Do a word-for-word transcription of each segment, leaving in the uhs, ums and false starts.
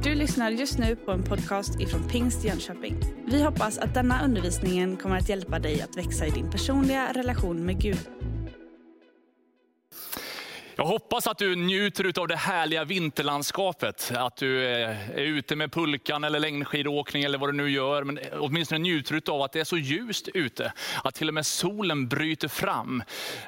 Du lyssnar just nu på en podcast ifrån Pingst Jönköping. Vi hoppas att denna undervisningen kommer att hjälpa dig att växa i din personliga relation med Gud. Jag hoppas att du njuter av det härliga vinterlandskapet. Att du är ute med pulkan eller längdskidåkning eller vad du nu gör. Men åtminstone njuter av att det är så ljust ute. Att till och med solen bryter fram.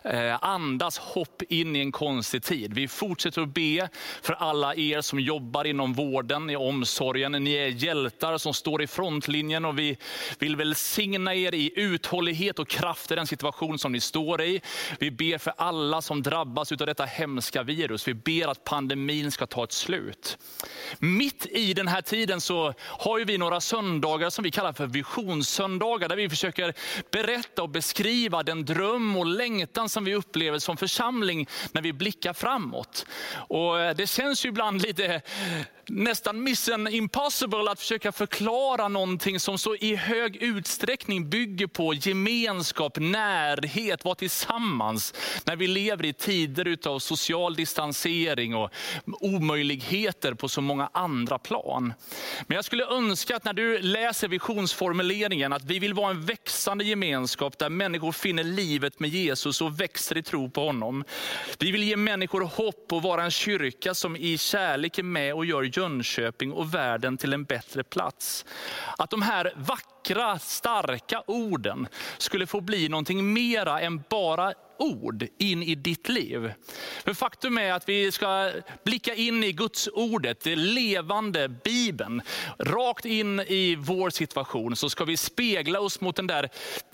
Andas hopp in i en konstig tid. Vi fortsätter att be för alla er som jobbar inom vården, i omsorgen. Ni är hjältar som står i frontlinjen och vi vill välsigna er i uthållighet och kraft i den situation som ni står i. Vi ber för alla som drabbas av detta hemska virus. Vi ber att pandemin ska ta ett slut. Mitt i den här tiden så har ju vi några söndagar som vi kallar för visionssöndagar, där vi försöker berätta och beskriva den dröm och längtan som vi upplever som församling när vi blickar framåt. Och det känns ju ibland lite nästan mission impossible att försöka förklara någonting som så i hög utsträckning bygger på gemenskap, närhet, vara tillsammans när vi lever i tider utav social distansering och omöjligheter på så många andra plan. Men jag skulle önska att när du läser visionsformuleringen att vi vill vara en växande gemenskap där människor finner livet med Jesus och växer i tro på honom. Vi vill ge människor hopp och vara en kyrka som i kärlek är med och gör Jönköping och världen till en bättre plats. Att de här vackra, starka orden skulle få bli någonting mera än bara ord in i ditt liv. För faktum är att vi ska blicka in i Guds ordet, det levande Bibeln. Rakt in i vår situation så ska vi spegla oss mot den där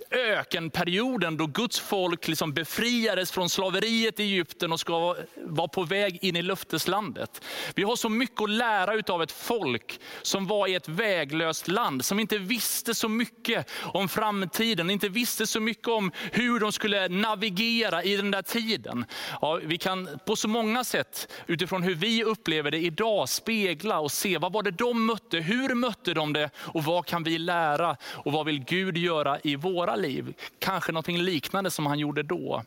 ökenperioden då Guds folk liksom befriades från slaveriet i Egypten och ska vara på väg in i löfteslandet. Vi har så mycket att lära av ett folk som var i ett väglöst land, som inte visste så mycket om framtiden, inte visste så mycket om hur de skulle navigera i den där tiden. Ja, vi kan på så många sätt utifrån hur vi upplever det idag spegla och se vad var det de mötte, hur mötte de det och vad kan vi lära och vad vill Gud göra i våra liv. Kanske någonting liknande som han gjorde då.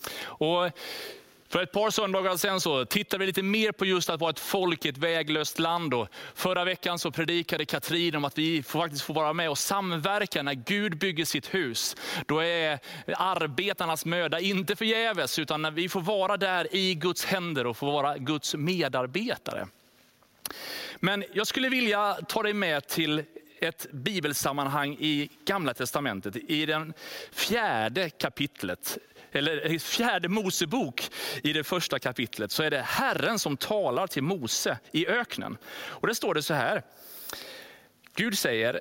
Och för ett par söndagar sedan så tittade vi lite mer på just att vara ett folk i ett väglöst land. Och förra veckan så predikade Katrin om att vi får faktiskt får vara med och samverka när Gud bygger sitt hus. Då är arbetarnas möda inte förgäves, utan när vi får vara där i Guds händer och får vara Guds medarbetare. Men jag skulle vilja ta dig med till ett bibelsammanhang i Gamla testamentet, i den fjärde kapitlet. Eller i fjärde Mosebok i det första kapitlet så är det Herren som talar till Mose i öknen. Och det står det så här. Gud säger: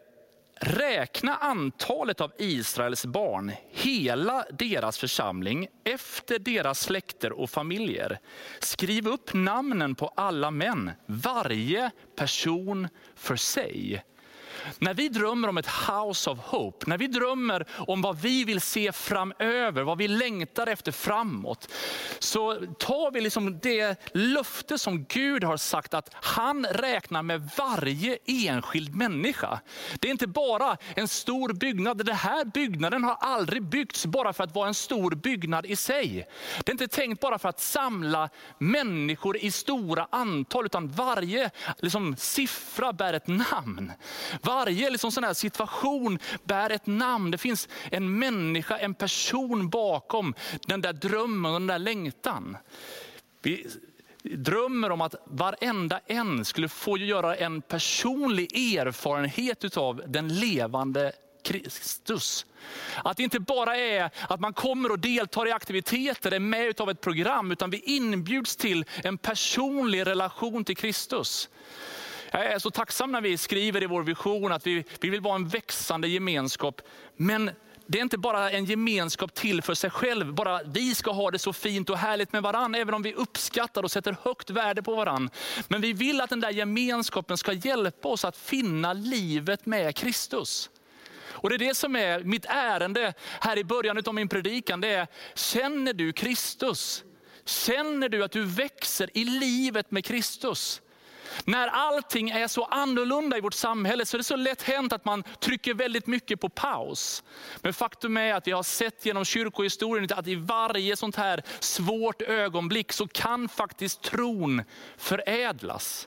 räkna antalet av Israels barn, hela deras församling, efter deras släkter och familjer. Skriv upp namnen på alla män, varje person för sig. När vi drömmer om ett house of hope, när vi drömmer om vad vi vill se framöver, vad vi längtar efter framåt, så tar vi liksom det löfte som Gud har sagt att han räknar med varje enskild människa. Det är inte bara en stor byggnad. Den här byggnaden har aldrig byggts bara för att vara en stor byggnad i sig. Det är inte tänkt bara för att samla människor i stora antal, utan varje liksom, siffra bär ett namn. Varje liksom sån här situation bär ett namn. Det finns en människa, en person bakom den där drömmen och den där längtan. Vi drömmer om att varenda en skulle få göra en personlig erfarenhet utav den levande Kristus. Att det inte bara är att man kommer och deltar i aktiviteter, är med utav ett program, utan vi inbjuds till en personlig relation till Kristus. Jag är så tacksam när vi skriver i vår vision att vi, vi vill vara en växande gemenskap. Men det är inte bara en gemenskap till för sig själv. Bara vi ska ha det så fint och härligt med varann, även om vi uppskattar och sätter högt värde på varann. Men vi vill att den där gemenskapen ska hjälpa oss att finna livet med Kristus. Och det är det som är mitt ärende här i början av min predikan. Det är, känner du Kristus? Känner du att du växer i livet med Kristus? När allting är så annorlunda i vårt samhälle så är det så lätt hänt att man trycker väldigt mycket på paus. Men faktum är att vi har sett genom kyrkohistorien att i varje sånt här svårt ögonblick så kan faktiskt tron förädlas.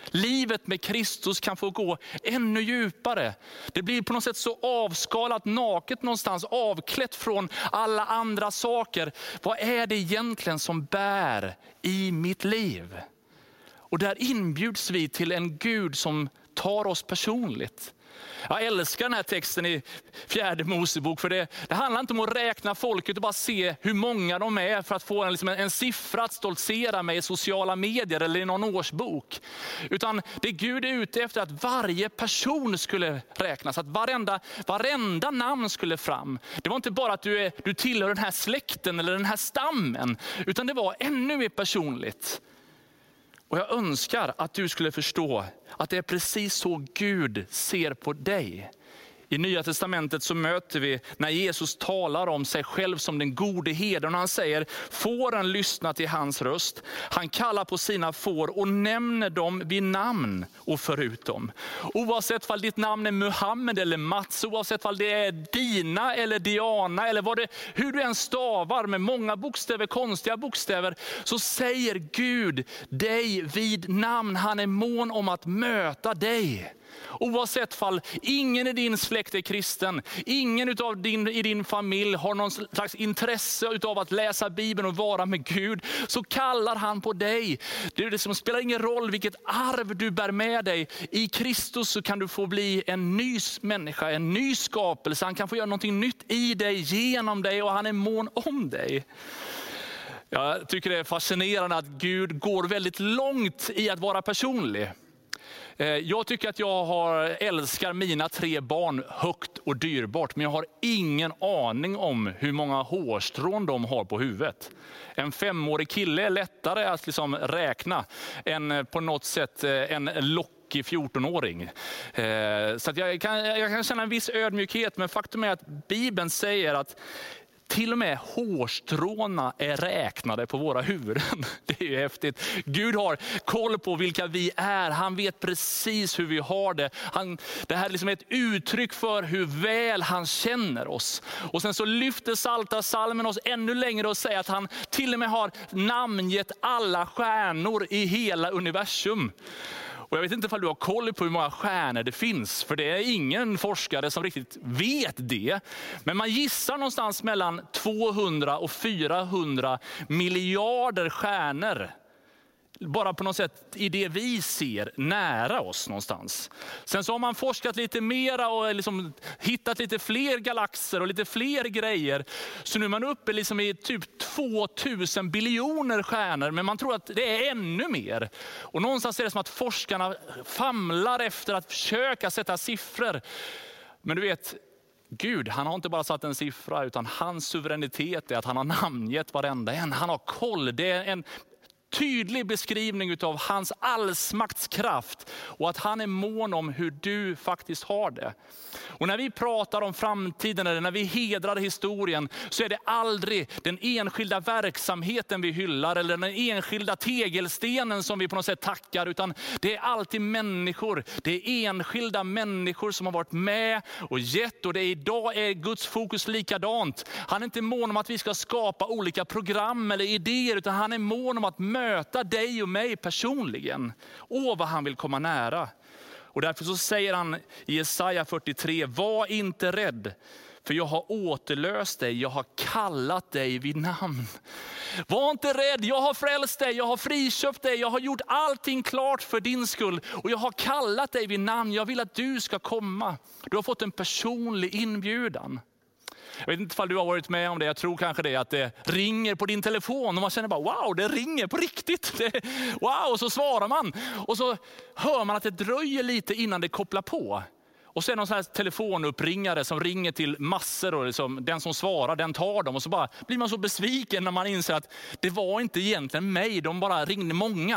Livet med Kristus kan få gå ännu djupare. Det blir på något sätt så avskalat, naket någonstans, avklätt från alla andra saker. Vad är det egentligen som bär i mitt liv? Och där inbjuds vi till en Gud som tar oss personligt. Jag älskar den här texten i fjärde Mosebok, för det, det handlar inte om att räkna folket och bara se hur många de är för att få en, liksom en, en siffra att stoltsera med i sociala medier eller i någon årsbok. Utan det Gud är ute efter att varje person skulle räknas, att varenda, varenda namn skulle fram. Det var inte bara att du, är, du tillhör den här släkten eller den här stammen, utan det var ännu mer personligt. Och jag önskar att du skulle förstå att det är precis så Gud ser på dig. I Nya testamentet så möter vi när Jesus talar om sig själv som den gode herden. Han säger, fåren lyssna till hans röst. Han kallar på sina får och nämner dem vid namn och förut dem. Oavsett om ditt namn är Muhammed eller Mats, oavsett om det är Dina eller Diana, eller vad det, hur du än stavar med många bokstäver, konstiga bokstäver, så säger Gud dig vid namn. Han är mån om att möta dig. Oavsett fall ingen i din släkt är kristen, ingen utav din, i din familj har någon slags intresse utav att läsa Bibeln och vara med Gud, så kallar han på dig. Det, det som spelar ingen roll vilket arv du bär med dig. I Kristus så kan du få bli en ny människa, en ny skapelse. Han kan få göra någonting nytt i dig, genom dig, och han är mån om dig. Jag tycker det är fascinerande att Gud går väldigt långt i att vara personlig. Jag tycker att jag har, älskar mina tre barn högt och dyrbart, men jag har ingen aning om hur många hårstrån de har på huvudet. En femårig kille är lättare att liksom räkna än på något sätt en lockig fjortonåring. Så att jag, kan, jag kan känna en viss ödmjukhet, men faktum är att Bibeln säger att till och med hårstråna är räknade på våra huvuden. Det är ju häftigt. Gud har koll på vilka vi är. Han vet precis hur vi har det. Han, det här är liksom ett uttryck för hur väl han känner oss. Och sen så lyfter Psaltarpsalmen oss ännu längre och säger att han till och med har namngett alla stjärnor i hela universum. Och jag vet inte om du har koll på hur många stjärnor det finns, för det är ingen forskare som riktigt vet det. Men man gissar någonstans mellan tvåhundra och fyrahundra miljarder stjärnor. Bara på något sätt i det vi ser nära oss någonstans. Sen så har man forskat lite mera och liksom hittat lite fler galaxer och lite fler grejer. Så nu är man uppe liksom i typ tvåtusen biljoner stjärnor, men man tror att det är ännu mer. Och någonstans är det som att forskarna famlar efter att försöka sätta siffror. Men du vet, Gud, han har inte bara satt en siffra, utan hans suveränitet är att han har namngett varenda en. Han har koll. Det är en tydlig beskrivning av hans allsmaktskraft och att han är mån om hur du faktiskt har det. Och när vi pratar om framtiden eller när vi hedrar historien, så är det aldrig den enskilda verksamheten vi hyllar eller den enskilda tegelstenen som vi på något sätt tackar, utan det är alltid människor. Det är enskilda människor som har varit med och gett, och det är idag är Guds fokus likadant. Han är inte mån om att vi ska skapa olika program eller idéer, utan han är mån om att möta dig och mig personligen. Åh, vad han vill komma nära. Och därför så säger han i Jesaja fyrtiotre, var inte rädd, för jag har återlöst dig, jag har kallat dig vid namn. Var inte rädd, jag har frälst dig, jag har friköpt dig, jag har gjort allting klart för din skull. Och jag har kallat dig vid namn, jag vill att du ska komma. Du har fått en personlig inbjudan. Jag vet inte om du har varit med om det, jag tror kanske det, att det ringer på din telefon och man känner bara wow, det ringer på riktigt. Det, wow, och så svarar man och så hör man att det dröjer lite innan det kopplar på. Och så är det någon sån här telefonuppringare som ringer till massor, och liksom, den som svarar, den tar dem, och så bara blir man så besviken när man inser att det var inte egentligen mig, de bara ringde många.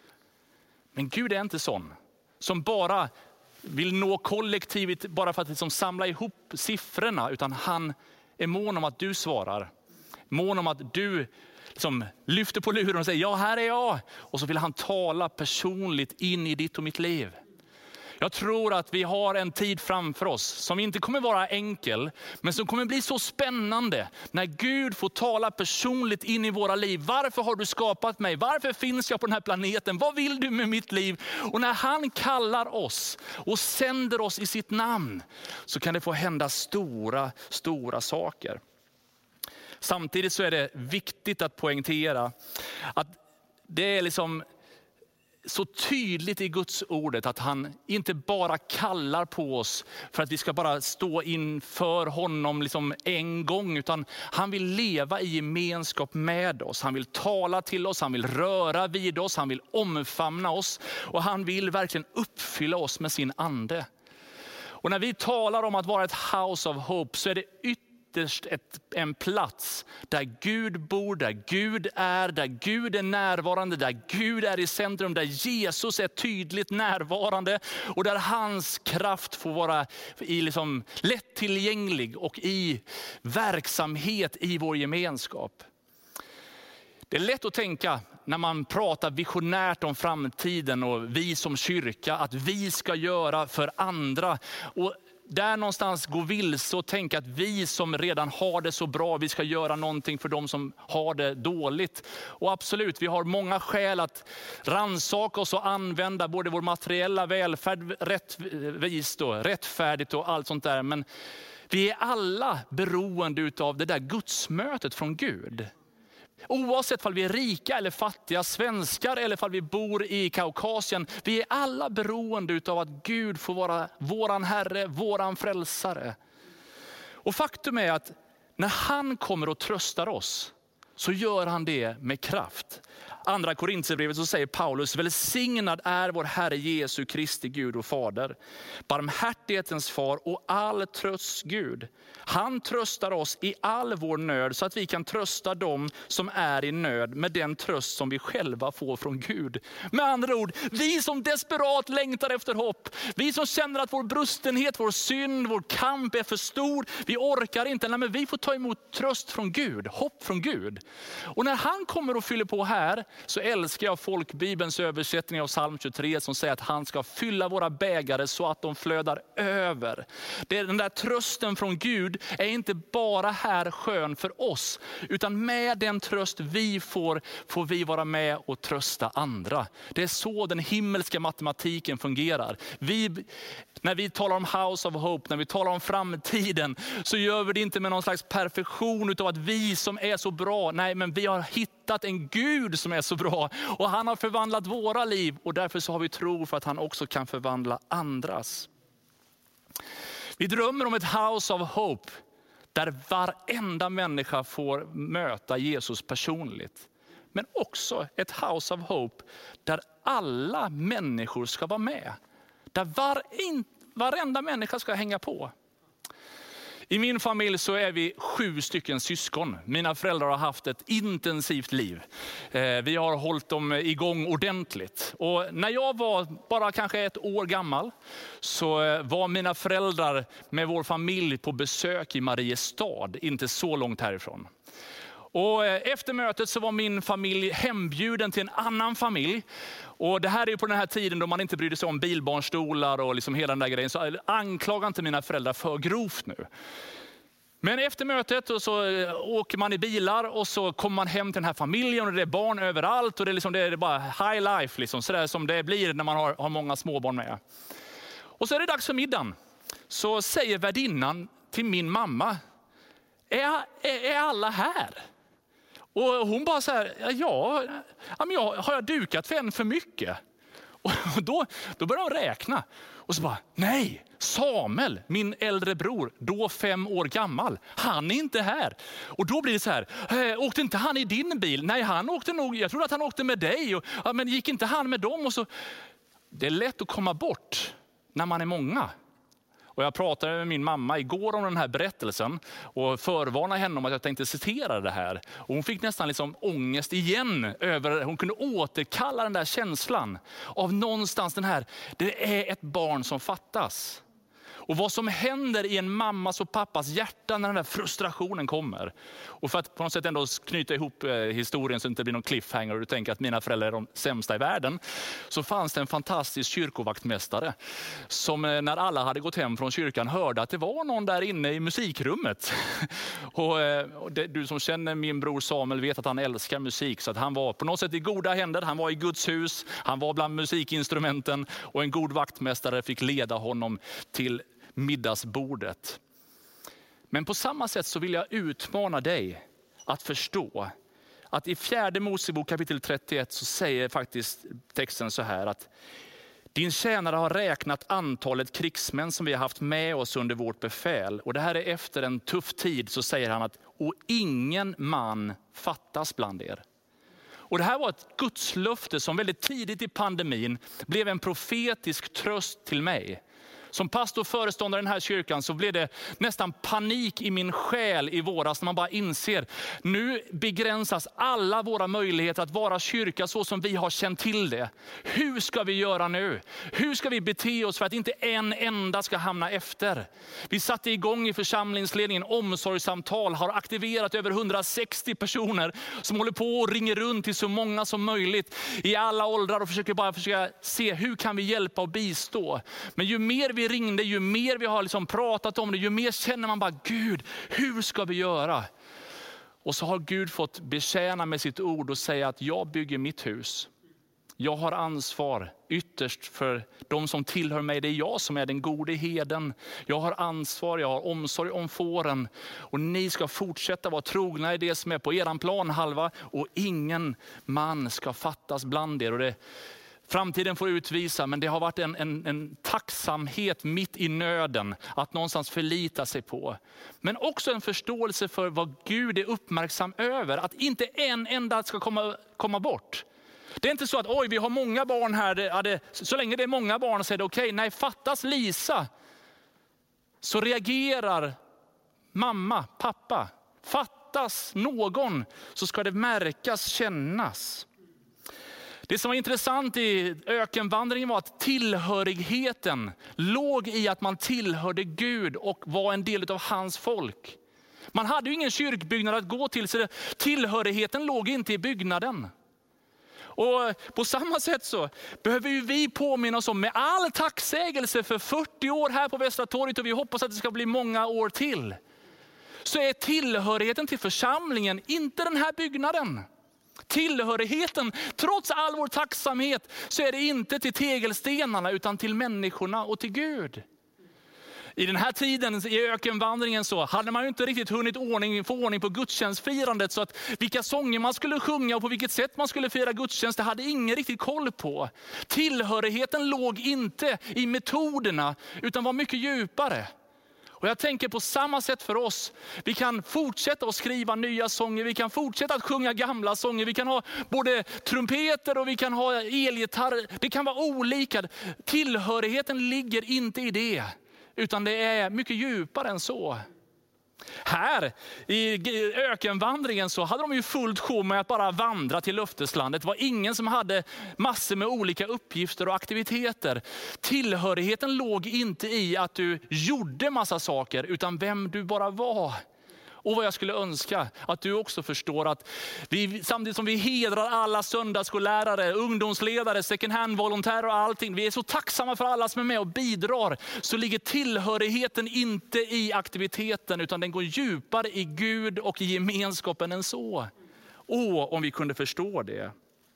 Men Gud är inte sån som bara vill nå kollektivet bara för att liksom samla ihop siffrorna, utan han är mån om att du svarar. Mån om att du liksom lyfter på luren och säger ja, här är jag. Och så vill han tala personligt in i ditt och mitt liv. Jag tror att vi har en tid framför oss som inte kommer vara enkel, men som kommer bli så spännande när Gud får tala personligt in i våra liv. Varför har du skapat mig? Varför finns jag på den här planeten? Vad vill du med mitt liv? Och när han kallar oss och sänder oss i sitt namn, så kan det få hända stora, stora saker. Samtidigt så är det viktigt att poängtera att det är liksom så tydligt i Guds ordet att han inte bara kallar på oss för att vi ska bara stå inför honom liksom en gång, utan han vill leva i gemenskap med oss. Han vill tala till oss, han vill röra vid oss, han vill omfamna oss och han vill verkligen uppfylla oss med sin ande. Och när vi talar om att vara ett house of hope, så är det ytterst Ett, en plats där Gud bor, där Gud är, där Gud är närvarande, där Gud är i centrum, där Jesus är tydligt närvarande och där hans kraft får vara i liksom lättillgänglig och i verksamhet i vår gemenskap. Det är lätt att tänka när man pratar visionärt om framtiden och vi som kyrka, att vi ska göra för andra. Och där någonstans gå vilse och tänka att vi som redan har det så bra, vi ska göra någonting för dem som har det dåligt. Och absolut, vi har många skäl att ransaka oss och använda både vår materiella välfärd rättvist och rättfärdigt och allt sånt där. Men vi är alla beroende av det där gudsmötet från Gud. Oavsett om vi är rika eller fattiga, svenskar eller om vi bor i Kaukasien. Vi är alla beroende av att Gud får vara våran Herre, våran frälsare. Och faktum är att när han kommer och tröstar oss, så gör han det med kraft. Andra Korinthierbrevet så säger Paulus: välsignad är vår Herre Jesu Kristi Gud och Fader, barmhärtighetens far och all trösts Gud. Han tröstar oss i all vår nöd så att vi kan trösta dem som är i nöd med den tröst som vi själva får från Gud. Med andra ord, vi som desperat längtar efter hopp, vi som känner att vår brustenhet, vår synd, vår kamp är för stor, vi orkar inte, nej, men vi får ta emot tröst från Gud, hopp från Gud. Och när han kommer och fyller på här, så älskar jag folkbibelns översättning av psalm tjugotre som säger att han ska fylla våra bägare så att de flödar över. Det är den där trösten från Gud är inte bara här skön för oss, utan med den tröst vi får, får vi vara med och trösta andra. Det är så den himmelska matematiken fungerar. Vi, när vi talar om house of hope, när vi talar om framtiden, så gör vi det inte med någon slags perfektion utav att vi som är så bra. Nej, men vi har hittat en Gud som är så bra och han har förvandlat våra liv, och därför så har vi tro för att han också kan förvandla andras. Vi drömmer om ett house of hope där varenda människa får möta Jesus personligt. Men också ett house of hope där alla människor ska vara med. Där var, in, varenda människa ska hänga på. I min familj så är vi sju stycken syskon. Mina föräldrar har haft ett intensivt liv. Vi har hållit dem igång ordentligt. Och när jag var bara kanske ett år gammal så var mina föräldrar med vår familj på besök i Mariestad, inte så långt härifrån. Och efter mötet så var min familj hembjuden till en annan familj. Och det här är ju på den här tiden då man inte brydde sig om bilbarnstolar och liksom hela den där grejen. Så anklaga inte mina föräldrar för grovt nu. Men efter mötet och så åker man i bilar och så kommer man hem till den här familjen och det är barn överallt. Och det är, liksom, det är bara high life, liksom, sådär som det blir när man har, har många småbarn med. Och så är det dags för middagen. Så säger värdinnan till min mamma: är, är, är alla här? Och hon bara så här, ja, ja men jag, har jag dukat för en för mycket? Och då, då börjar hon räkna. Och så bara, nej, Samuel, min äldre bror, då fem år gammal, han är inte här. Och då blir det så här, åkte inte han i din bil? Nej, han åkte nog, jag tror att han åkte med dig. Och, ja, men gick inte han med dem? Och så, det är lätt att komma bort när man är många. Och jag pratade med min mamma igår om den här berättelsen och förvarnade henne om att jag tänkte citera det här. Och hon fick nästan liksom ångest igen över, hon kunde återkalla den där känslan av någonstans den här, det är ett barn som fattas. Och vad som händer i en mammas och pappas hjärta när den där frustrationen kommer. Och för att på något sätt ändå knyta ihop historien så det inte blir någon cliffhanger och du tänker att mina föräldrar är de sämsta i världen. Så fanns det en fantastisk kyrkovaktmästare som när alla hade gått hem från kyrkan hörde att det var någon där inne i musikrummet. Och, och det, du som känner min bror Samuel vet att han älskar musik. Så att han var på något sätt i goda händer. Han var i Guds hus, han var bland musikinstrumenten och en god vaktmästare fick leda honom till middagsbordet. Men på samma sätt så vill jag utmana dig att förstå att i fjärde Mosebok kapitel trettioett så säger faktiskt texten så här att din tjänare har räknat antalet krigsmän som vi har haft med oss under vårt befäl. Och det här är efter en tuff tid, så säger han att och ingen man fattas bland er. Och det här var ett gudslöfte som väldigt tidigt i pandemin blev en profetisk tröst till mig. Som pastor och föreståndare i den här kyrkan så blev det nästan panik i min själ i våras när man bara inser, nu begränsas alla våra möjligheter att vara kyrka så som vi har känt till det. Hur ska vi göra nu? Hur ska vi bete oss för att inte en enda ska hamna efter? Vi satte igång i församlingsledningen omsorgssamtal, har aktiverat över hundrasextio personer som håller på och ringer runt till så många som möjligt i alla åldrar och försöker bara försöka se hur kan vi hjälpa och bistå. Men ju mer vi vi ringde, ju mer vi har liksom pratat om det, ju mer känner man bara, Gud, hur ska vi göra? Och så har Gud fått betjäna med sitt ord och säga att jag bygger mitt hus. Jag har ansvar ytterst för de som tillhör mig. Det är jag som är den gode herden. Jag har ansvar, jag har omsorg om fåren. Och ni ska fortsätta vara trogna i det som är på eran planhalva. Och ingen man ska fattas bland er. Och det framtiden får utvisa, men det har varit en, en, en tacksamhet mitt i nöden att någonstans förlita sig på. Men också en förståelse för vad Gud är uppmärksam över. Att inte en enda ska komma, komma bort. Det är inte så att oj, vi har många barn här. Det, det, så länge det är många barn så är det okej. Okay. Nej, fattas Lisa så reagerar mamma, pappa. Fattas någon så ska det märkas, kännas. Det som var intressant i ökenvandringen var att tillhörigheten låg i att man tillhörde Gud och var en del av hans folk. Man hade ju ingen kyrkbyggnad att gå till, så tillhörigheten låg inte i byggnaden. Och på samma sätt så behöver ju vi påminna oss om, med all tacksägelse för fyrtio år här på Västra torget, och vi hoppas att det ska bli många år till, så är tillhörigheten till församlingen inte den här byggnaden. Tillhörigheten, trots all vår tacksamhet, så är det inte till tegelstenarna utan till människorna och till Gud. I den här tiden i ökenvandringen så hade man ju inte riktigt hunnit ordning, få ordning på gudstjänstfirandet, så att vilka sånger man skulle sjunga och på vilket sätt man skulle fira gudstjänst, det hade ingen riktigt koll på. Tillhörigheten låg inte i metoderna utan var mycket djupare. Och jag tänker på samma sätt för oss. Vi kan fortsätta att skriva nya sånger. Vi kan fortsätta att sjunga gamla sånger. Vi kan ha både trumpeter och vi kan ha elgitarr. Det kan vara olika. Tillhörigheten ligger inte i det. Utan det är mycket djupare än så. Här i ökenvandringen så hade de ju fullt sjå med att bara vandra till löfteslandet. Det var ingen som hade massor med olika uppgifter och aktiviteter. Tillhörigheten låg inte i att du gjorde massa saker, utan vem du bara var. Och vad jag skulle önska att du också förstår att vi, samtidigt som vi hedrar alla söndagsskollärare, ungdomsledare, second hand-volontärer och allting. Vi är så tacksamma för alla som är med och bidrar. Så ligger tillhörigheten inte i aktiviteten, utan den går djupare i Gud och i gemenskapen än så. Åh, om vi kunde förstå det.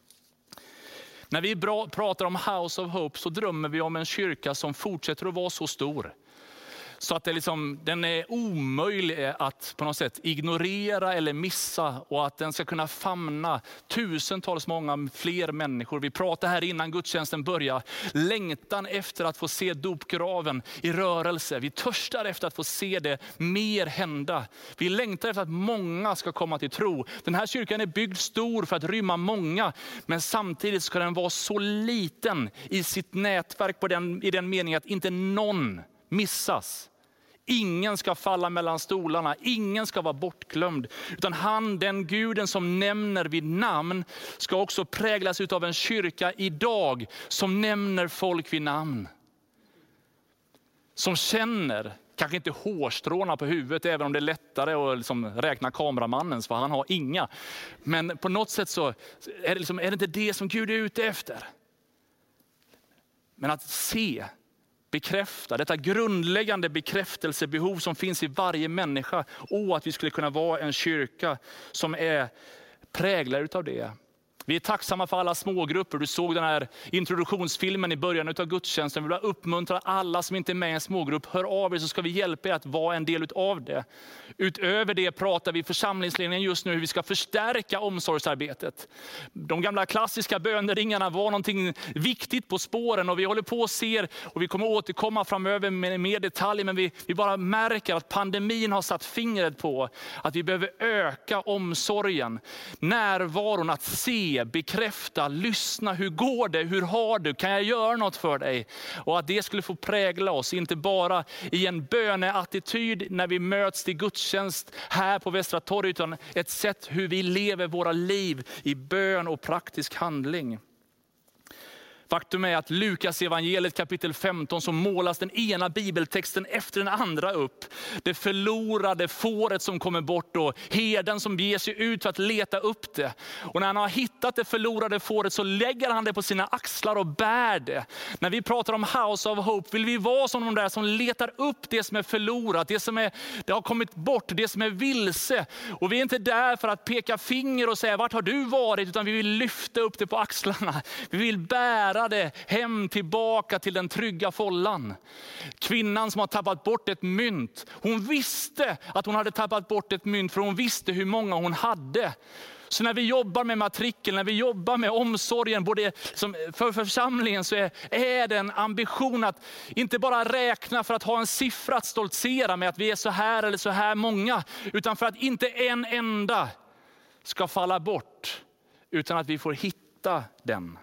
När vi pratar om House of Hope så drömmer vi om en kyrka som fortsätter att vara så stor. Så att det liksom, den är omöjlig att på något sätt ignorera eller missa, och att den ska kunna famna tusentals många fler människor. Vi pratade här innan gudstjänsten började. Längtan efter att få se dopgraven i rörelse. Vi törstar efter att få se det mer hända. Vi längtar efter att många ska komma till tro. Den här kyrkan är byggd stor för att rymma många, men samtidigt ska den vara så liten i sitt nätverk på den, i den meningen att inte någon missas. Ingen ska falla mellan stolarna, ingen ska vara bortglömd, utan han, den guden som nämner vid namn, ska också präglas av en kyrka idag som nämner folk vid namn. som känner, kanske inte hårstråna på huvudet, även om det är lättare att liksom räkna kameramannens, för han har inga. Men på något sätt så är det, liksom, är det inte det som Gud är ute efter. Men att se, bekräfta, detta grundläggande bekräftelsebehov som finns i varje människa. Och att vi skulle kunna vara en kyrka som är präglad av det. Vi är tacksamma för alla smågrupper. Du såg den här introduktionsfilmen i början av gudstjänsten. Vi vill uppmuntra alla som inte är med i en smågrupp. Hör av er så ska vi hjälpa er att vara en del av det. Utöver det pratar vi i församlingsledningen just nu hur vi ska förstärka omsorgsarbetet. De gamla klassiska böneringarna var någonting viktigt på spåren. Och vi håller på och ser, och vi kommer återkomma framöver med mer detaljer. Men vi, vi bara märker att pandemin har satt fingret på att vi behöver öka omsorgen. Närvaron, att se, bekräfta, lyssna. Hur går det? Hur har du? Kan jag göra något för dig? Och att det skulle få prägla oss, inte bara i en böneattityd när vi möts till gudstjänst här på Västra torg, utan ett sätt hur vi lever våra liv i bön och praktisk handling. Faktum är att Lukas evangeliet kapitel femton, så målas den ena bibeltexten efter den andra upp. Det förlorade fåret som kommer bort och herden som ger sig ut för att leta upp det. Och när han har hittat det förlorade fåret så lägger han det på sina axlar och bär det. När vi pratar om House of Hope vill vi vara som de där som letar upp det som är förlorat, det som är, det har kommit bort, det som är vilse. Och vi är inte där för att peka finger och säga vart har du varit, utan vi vill lyfta upp det på axlarna. Vi vill bära det hem tillbaka till den trygga follan. Kvinnan som har tappat bort ett mynt, hon visste att hon hade tappat bort ett mynt, för hon visste hur många hon hade. Så när vi jobbar med matrikel, när vi jobbar med omsorgen både som för församlingen, så är, är det en ambition att inte bara räkna för att ha en siffra att stoltsera med att vi är så här eller så här många, utan för att inte en enda ska falla bort, utan att vi får hitta den.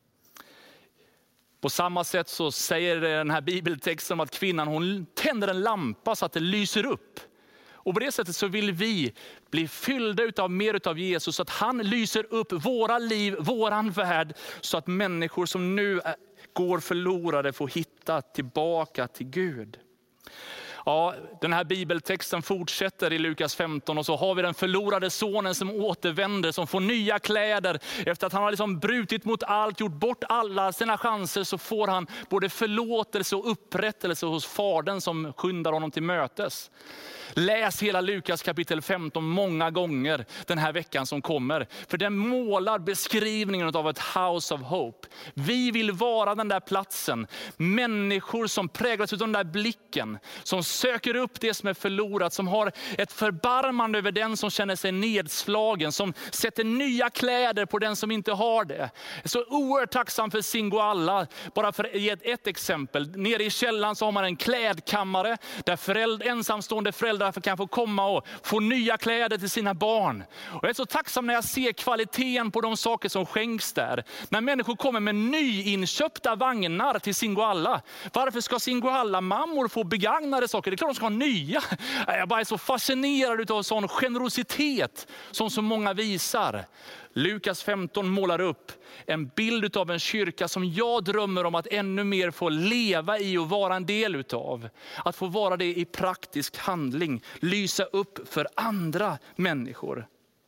På samma sätt så säger den här bibeltexten om att kvinnan, hon tänder en lampa så att det lyser upp. Och på det sättet så vill vi bli fyllda av mer av Jesus, så att han lyser upp våra liv, våran värld, så att människor som nu går förlorade får hitta tillbaka till Gud. Ja, den här bibeltexten fortsätter i Lukas femton, och så har vi den förlorade sonen som återvänder, som får nya kläder. Efter att han har liksom brutit mot allt, gjort bort alla sina chanser, så får han både förlåtelse och upprättelse hos fadern som skyndar honom till mötes. Läs hela Lukas kapitel femton många gånger den här veckan som kommer. För den målar beskrivningen av ett house of hope. Vi vill vara den där platsen. Människor som präglas av den där blicken. Som söker upp det som är förlorat. Som har ett förbarmande över den som känner sig nedslagen. Som sätter nya kläder på den som inte har det. Jag är så oerhört tacksam för Singoalla. Bara för att ge ett, ett exempel. Nere i källaren så har man en klädkammare. Där föräldrar, ensamstående föräldrar därför kan få komma och få nya kläder till sina barn. Och jag är så tacksam när jag ser kvaliteten på de saker som skänks där. När människor kommer med nyinköpta vagnar till Singoalla. Varför ska Singoalla mammor få begagnade saker? Det är klart de ska ha nya. Jag bara är så fascinerad av sån generositet som så många visar. Lukas femton målar upp en bild av en kyrka som jag drömmer om att ännu mer få leva i och vara en del utav. Att få vara det i praktisk handling. Lysa upp för andra människor.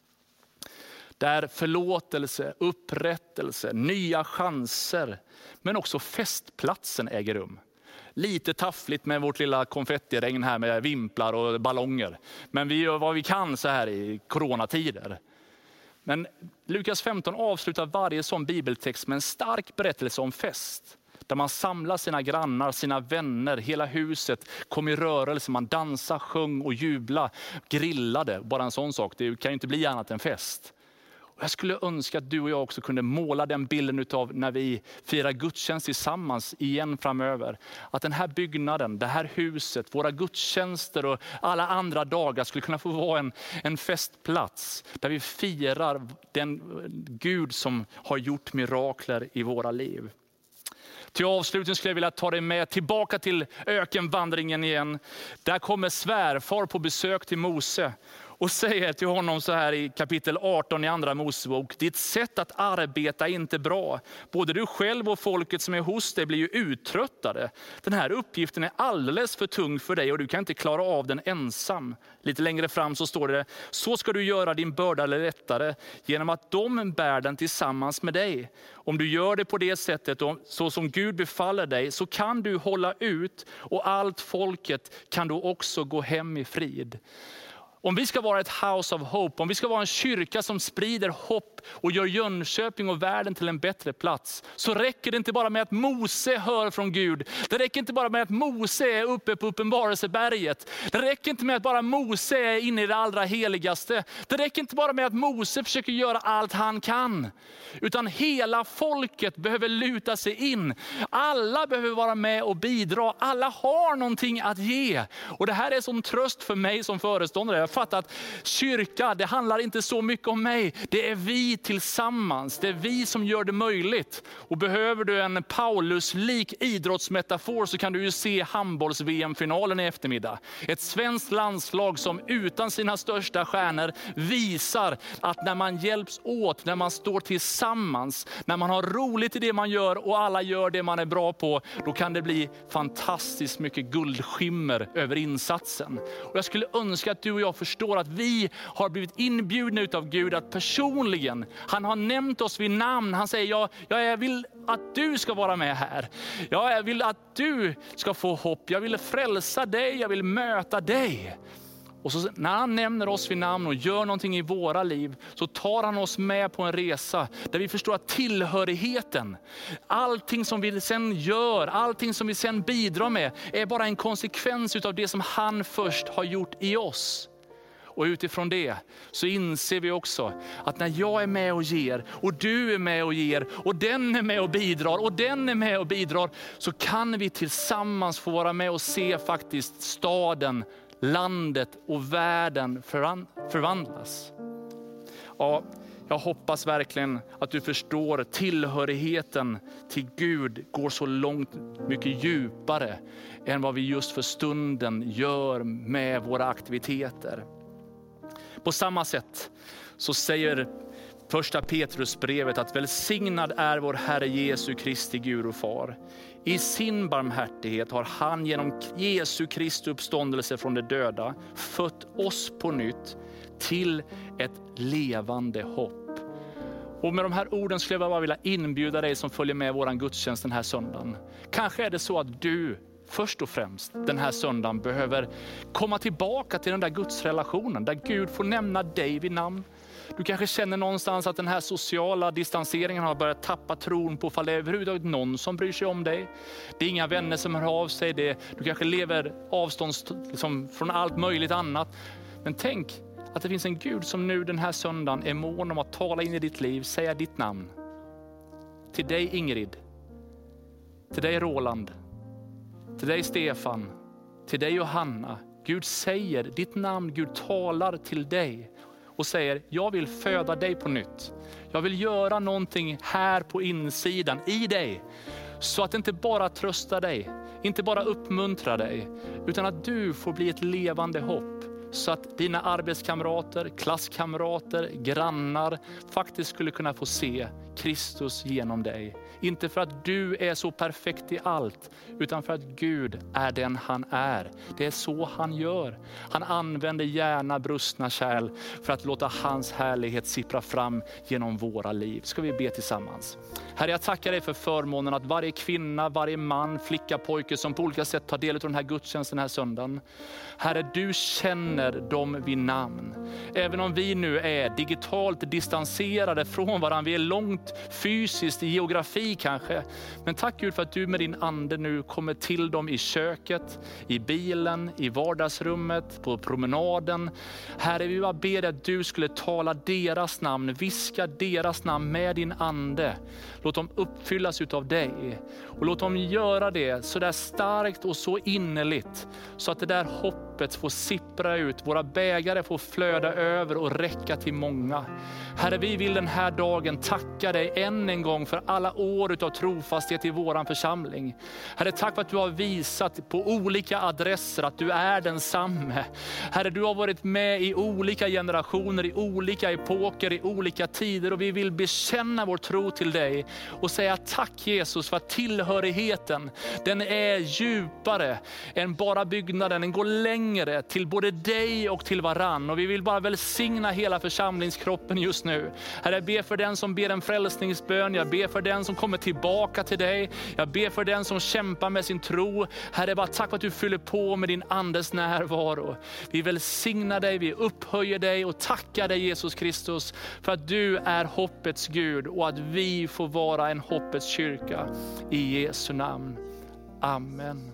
Där förlåtelse, upprättelse, nya chanser, men också festplatsen äger rum. Lite taffligt med vårt lilla konfettiregn här med vimplar och ballonger. Men vi gör vad vi kan så här i coronatider. Men Lukas femton avslutar varje sån bibeltext med en stark berättelse om fest. Där man samlar sina grannar, sina vänner, hela huset kom i rörelse. Man dansade, sjöng och jublade, grillade. Bara en sån sak, det kan ju inte bli annat än fest. Och jag skulle önska att du och jag också kunde måla den bilden av när vi firar gudstjänst tillsammans igen framöver. Att den här byggnaden, det här huset, våra gudstjänster och alla andra dagar skulle kunna få vara en, en festplats. Där vi firar den Gud som har gjort mirakler i våra liv. Till avslutning skulle jag vilja ta dig med tillbaka till ökenvandringen igen. Där kommer svärfar på besök till Mose. och säger till honom så här i kapitel arton i andra Mosebok: ditt sätt att arbeta är inte bra. Både du själv och folket som är hos dig blir ju uttröttade. Den här uppgiften är alldeles för tung för dig och du kan inte klara av den ensam. Lite längre fram så står det: så ska du göra din börda lättare genom att de bär den tillsammans med dig. Om du gör det på det sättet, så som Gud befaller dig, så kan du hålla ut och allt folket kan då också gå hem i frid. Om vi ska vara ett house of hope, om vi ska vara en kyrka som sprider hopp och gör Jönköping och världen till en bättre plats, så räcker det inte bara med att Mose hör från Gud. Det räcker inte bara med att Mose är uppe på Uppenbarelseberget. Det räcker inte med att bara Mose är inne i det allra heligaste. Det räcker inte bara med att Mose försöker göra allt han kan. Utan hela folket behöver luta sig in. Alla behöver vara med och bidra. Alla har någonting att ge. Och det här är som tröst för mig som föreståndare. Jag fattar att kyrka, det handlar inte så mycket om mig. Det är vi tillsammans. Det är vi som gör det möjligt. Och behöver du en Paulus-lik idrottsmetafor så kan du ju se handbolls-V M-finalen i eftermiddag. Ett svenskt landslag som utan sina största stjärnor visar att när man hjälps åt, när man står tillsammans, när man har roligt i det man gör och alla gör det man är bra på, då kan det bli fantastiskt mycket guldskimmer över insatsen. Och jag skulle önska att du och jag förstår att vi har blivit inbjudna utav Gud att personligen, han har nämnt oss vid namn. Han säger, jag, jag vill att du ska vara med här. Jag vill att du ska få hopp. Jag vill frälsa dig. Jag vill möta dig. Och så när han nämner oss vid namn och gör någonting i våra liv, så tar han oss med på en resa där vi förstår att tillhörigheten, allting som vi sen gör, allting som vi sen bidrar med, är bara en konsekvens utav det som han först har gjort i oss. Och utifrån det så inser vi också att när jag är med och ger och du är med och ger och den är med och bidrar och den är med och bidrar, så kan vi tillsammans få vara med och se faktiskt staden, landet och världen förvandlas. Ja, jag hoppas verkligen att du förstår tillhörigheten till Gud går så långt mycket djupare än vad vi just för stunden gör med våra aktiviteter. På samma sätt så säger första Petrusbrevet att välsignad är vår Herre Jesu Kristi Gud och Far. I sin barmhärtighet har han genom Jesu Kristi uppståndelse från de döda fött oss på nytt till ett levande hopp. Och med de här orden skulle jag bara vilja inbjuda dig som följer med våran gudstjänst den här söndagen. Kanske är det så att du först och främst den här söndagen behöver komma tillbaka till den där gudsrelationen där Gud får nämna dig vid namn. Du kanske känner någonstans att den här sociala distanseringen har börjat tappa tron på ifall det är överhuvudtaget någon som bryr sig om dig. Det är inga vänner som hör av sig. Det, du kanske lever avstånds liksom, från allt möjligt annat. Men tänk att det finns en Gud som nu den här söndagen är mån om att tala in i ditt liv, säga ditt namn. Till dig Ingrid, till dig Roland, till dig Stefan, till dig Johanna. Gud säger ditt namn, Gud talar till dig och säger, jag vill föda dig på nytt. Jag vill göra någonting här på insidan i dig. Så att det inte bara tröstar dig, inte bara uppmuntrar dig, utan att du får bli ett levande hopp. Så att dina arbetskamrater, klasskamrater, grannar faktiskt skulle kunna få se Kristus genom dig. Inte för att du är så perfekt i allt, utan för att Gud är den han är. Det är så han gör. Han använder gärna brustna kärl för att låta hans härlighet sippra fram genom våra liv. Ska vi be tillsammans? Herre, jag tackar dig för förmånen att varje kvinna, varje man, flicka, pojke som på olika sätt tar del av den här gudstjänsten den här söndagen. Herre, du känner dem vid namn. Även om vi nu är digitalt distanserade från varandra, vi är långt fysiskt i geografi kanske. Men tack Gud för att du med din ande nu kommer till dem i köket, i bilen, i vardagsrummet, på promenaden. Herre, vi bara ber att du skulle tala deras namn, viska deras namn med din ande. Låt dem uppfyllas utav dig. Och låt dem göra det så där starkt och så innerligt så att det där hoppet hoppet får sippra ut. Våra bägare får flöda över och räcka till många. Herre, vi vill den här dagen tacka dig än en gång för alla år av trofasthet i våran församling. Herre, tack för att du har visat på olika adresser att du är densamme. Herre, du har varit med i olika generationer, i olika epoker, i olika tider, och vi vill bekänna vår tro till dig och säga tack Jesus för att tillhörigheten, den är djupare än bara byggnaden. Den går längre till både dig och till varann, och vi vill bara välsigna hela församlingskroppen just nu. Herre, jag ber för den som ber en frälsningsbön, jag ber för den som kommer tillbaka till dig, jag ber för den som kämpar med sin tro. Herre, bara tack för att du fyller på med din andes närvaro. Vi välsignar dig, vi upphöjer dig och tackar dig Jesus Kristus för att du är hoppets Gud och att vi får vara en hoppets kyrka. I Jesu namn. Amen.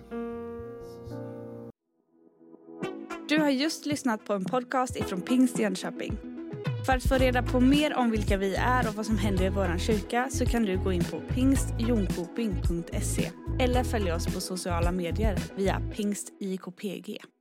Du har just lyssnat på en podcast ifrån Pingst Jönköping. För att få reda på mer om vilka vi är och vad som händer i vår kyrka så kan du gå in på pingst jonkoping punkt se eller följa oss på sociala medier via pingst I K P G.